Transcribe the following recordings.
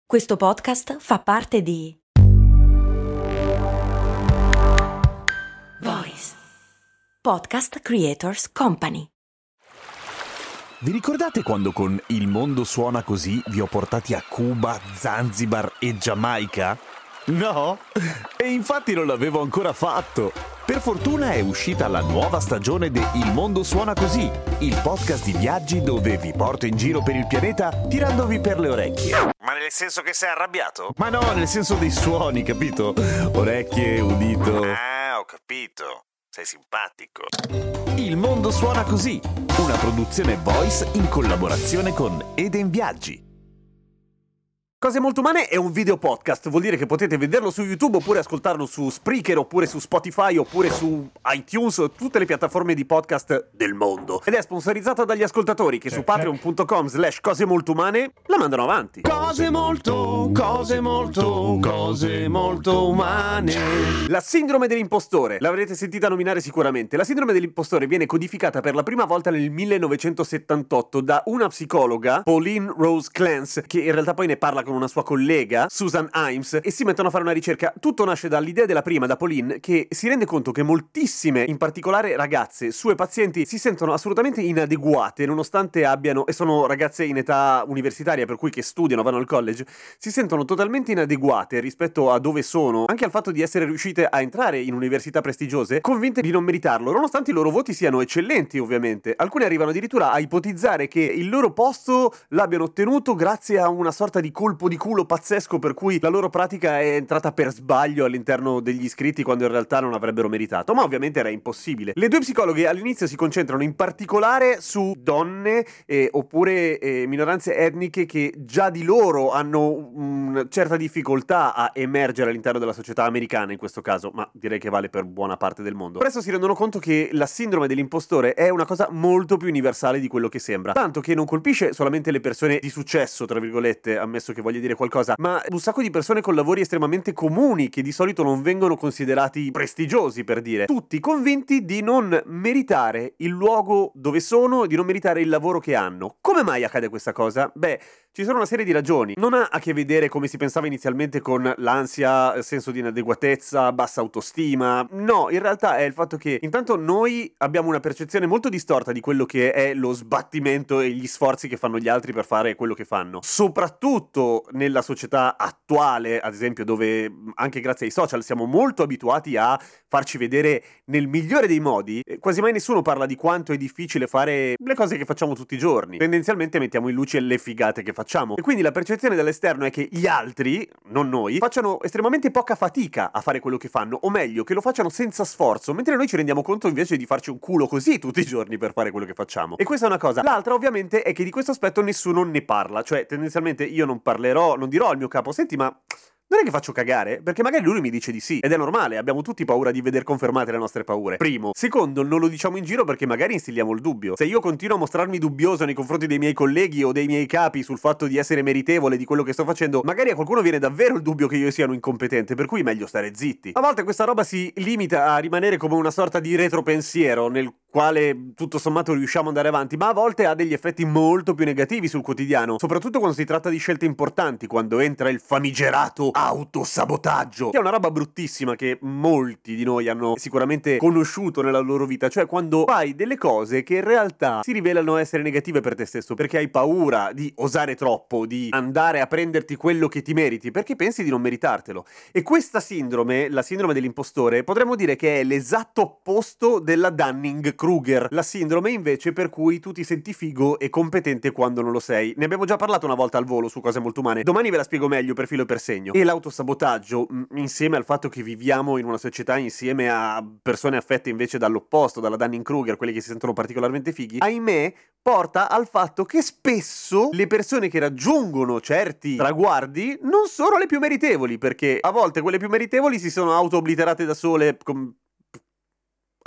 Questo podcast fa parte di Voice Podcast Creators Company. Vi ricordate quando con Il mondo suona così vi ho portati a Cuba, Zanzibar e Giamaica? No? E infatti non l'avevo ancora fatto. Per fortuna è uscita la nuova stagione di Il mondo suona così, il podcast di viaggi dove vi porto in giro per il pianeta tirandovi per le orecchie. Ma nel senso che sei arrabbiato? Ma no, nel senso dei suoni, capito? Orecchie, udito. Ah, ho capito. Sei simpatico. Il mondo suona così, una produzione Voice in collaborazione con Eden Viaggi. Cose Molto Umane è un video podcast, vuol dire che potete vederlo su YouTube oppure ascoltarlo su Spreaker oppure su Spotify oppure su iTunes, tutte le piattaforme di podcast del mondo. Ed è sponsorizzato dagli ascoltatori che su patreon.com/cose molto umane la mandano avanti. Cose molto umane. La sindrome dell'impostore, l'avrete sentita nominare sicuramente. La sindrome dell'impostore viene codificata per la prima volta nel 1978 da una psicologa, Pauline Rose Clance, che in realtà poi ne parla con una sua collega, Susan Imes, e si mettono a fare una ricerca. Tutto nasce dall'idea della prima, da Pauline, che si rende conto che moltissime, in particolare ragazze, sue pazienti, si sentono assolutamente inadeguate, nonostante abbiano, e sono ragazze in età universitaria, per cui che studiano, vanno al college, si sentono totalmente inadeguate rispetto a dove sono, anche al fatto di essere riuscite a entrare in università prestigiose, convinte di non meritarlo, nonostante i loro voti siano eccellenti, ovviamente. Alcune arrivano addirittura a ipotizzare che il loro posto l'abbiano ottenuto grazie a una sorta di colpo di culo pazzesco per cui la loro pratica è entrata per sbaglio all'interno degli iscritti quando in realtà non avrebbero meritato, ma ovviamente era impossibile. Le due psicologhe all'inizio si concentrano in particolare su donne oppure minoranze etniche che già di loro hanno una certa difficoltà a emergere all'interno della società americana in questo caso, ma direi che vale per buona parte del mondo. Presto si rendono conto che la sindrome dell'impostore è una cosa molto più universale di quello che sembra, tanto che non colpisce solamente le persone di successo, tra virgolette, ammesso che voglia dire qualcosa, ma un sacco di persone con lavori estremamente comuni che di solito non vengono considerati prestigiosi, per dire, tutti convinti di non meritare il luogo dove sono, di non meritare il lavoro che hanno. Come mai accade questa cosa? Beh, ci sono una serie di ragioni. Non ha a che vedere, come si pensava inizialmente, con l'ansia, senso di inadeguatezza, bassa autostima. No, in realtà è il fatto che intanto noi abbiamo una percezione molto distorta di quello che è lo sbattimento e gli sforzi che fanno gli altri per fare quello che fanno. Soprattutto nella società attuale, ad esempio, dove anche grazie ai social siamo molto abituati a farci vedere nel migliore dei modi, quasi mai nessuno parla di quanto è difficile fare le cose che facciamo tutti i giorni. Tendenzialmente mettiamo in luce le figate che facciamo e quindi la percezione dall'esterno è che gli altri, non noi, facciano estremamente poca fatica a fare quello che fanno, o meglio, che lo facciano senza sforzo, mentre noi ci rendiamo conto invece di farci un culo così tutti i giorni per fare quello che facciamo. E questa è una cosa. L'altra ovviamente è che di questo aspetto nessuno ne parla, cioè tendenzialmente io non parlerò, non dirò al mio capo: senti, ma non è che faccio cagare? Perché magari lui mi dice di sì. Ed è normale, abbiamo tutti paura di veder confermate le nostre paure. Primo. Secondo, non lo diciamo in giro perché magari instilliamo il dubbio. Se io continuo a mostrarmi dubbioso nei confronti dei miei colleghi o dei miei capi sul fatto di essere meritevole di quello che sto facendo, magari a qualcuno viene davvero il dubbio che io sia un incompetente, per cui è meglio stare zitti. A volte questa roba si limita a rimanere come una sorta di retropensiero nel quale tutto sommato riusciamo ad andare avanti, ma a volte ha degli effetti molto più negativi sul quotidiano, soprattutto quando si tratta di scelte importanti, quando entra il famigerato autosabotaggio, che è una roba bruttissima che molti di noi hanno sicuramente conosciuto nella loro vita, cioè quando fai delle cose che in realtà si rivelano essere negative per te stesso, perché hai paura di osare troppo, di andare a prenderti quello che ti meriti, perché pensi di non meritartelo. E questa sindrome, la sindrome dell'impostore, potremmo dire che è l'esatto opposto della Dunning-Kruger, la sindrome invece per cui tu ti senti figo e competente quando non lo sei. Ne abbiamo già parlato una volta al volo su Cose Molto Umane, domani ve la spiego meglio per filo e per segno. E l'autosabotaggio, insieme al fatto che viviamo in una società insieme a persone affette invece dall'opposto, dalla Dunning-Kruger, quelli che si sentono particolarmente fighi, ahimè porta al fatto che spesso le persone che raggiungono certi traguardi non sono le più meritevoli, perché a volte quelle più meritevoli si sono auto-obliterate da sole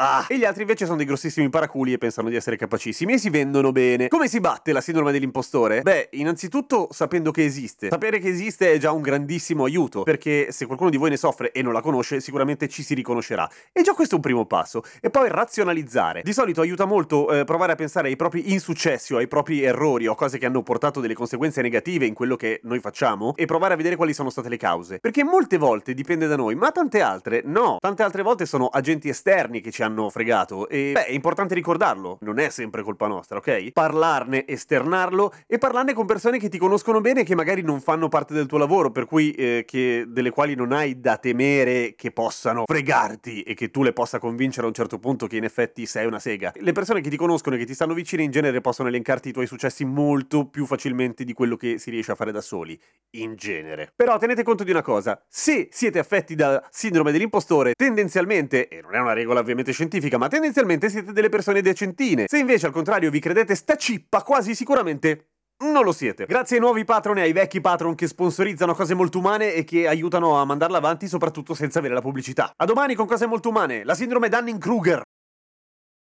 E gli altri invece sono dei grossissimi paraculi e pensano di essere capacissimi e si vendono bene. Come si batte la sindrome dell'impostore? Beh, innanzitutto sapendo che esiste. Sapere che esiste è già un grandissimo aiuto, perché se qualcuno di voi ne soffre e non la conosce, sicuramente ci si riconoscerà. E già questo è un primo passo. E poi razionalizzare. Di solito aiuta molto provare a pensare ai propri insuccessi o ai propri errori o cose che hanno portato delle conseguenze negative in quello che noi facciamo e provare a vedere quali sono state le cause. Perché molte volte dipende da noi, ma tante altre no. Tante altre volte sono agenti esterni che ci hanno fregato e beh, è importante ricordarlo. Non è sempre colpa nostra, ok? Parlarne, esternarlo e parlarne con persone che ti conoscono bene e che magari non fanno parte del tuo lavoro, per cui delle quali non hai da temere che possano fregarti e che tu le possa convincere a un certo punto che in effetti sei una sega. Le persone che ti conoscono e che ti stanno vicine in genere possono elencarti i tuoi successi molto più facilmente di quello che si riesce a fare da soli, in genere. Però tenete conto di una cosa: se siete affetti da sindrome dell'impostore, tendenzialmente, e non è una regola ovviamente scientifica, ma tendenzialmente siete delle persone decentine. Se invece al contrario vi credete sta cippa, quasi sicuramente non lo siete. Grazie ai nuovi patron e ai vecchi patron che sponsorizzano cose molto umane e che aiutano a mandarla avanti, soprattutto senza avere la pubblicità. A domani con cose molto umane, la sindrome Dunning-Kruger.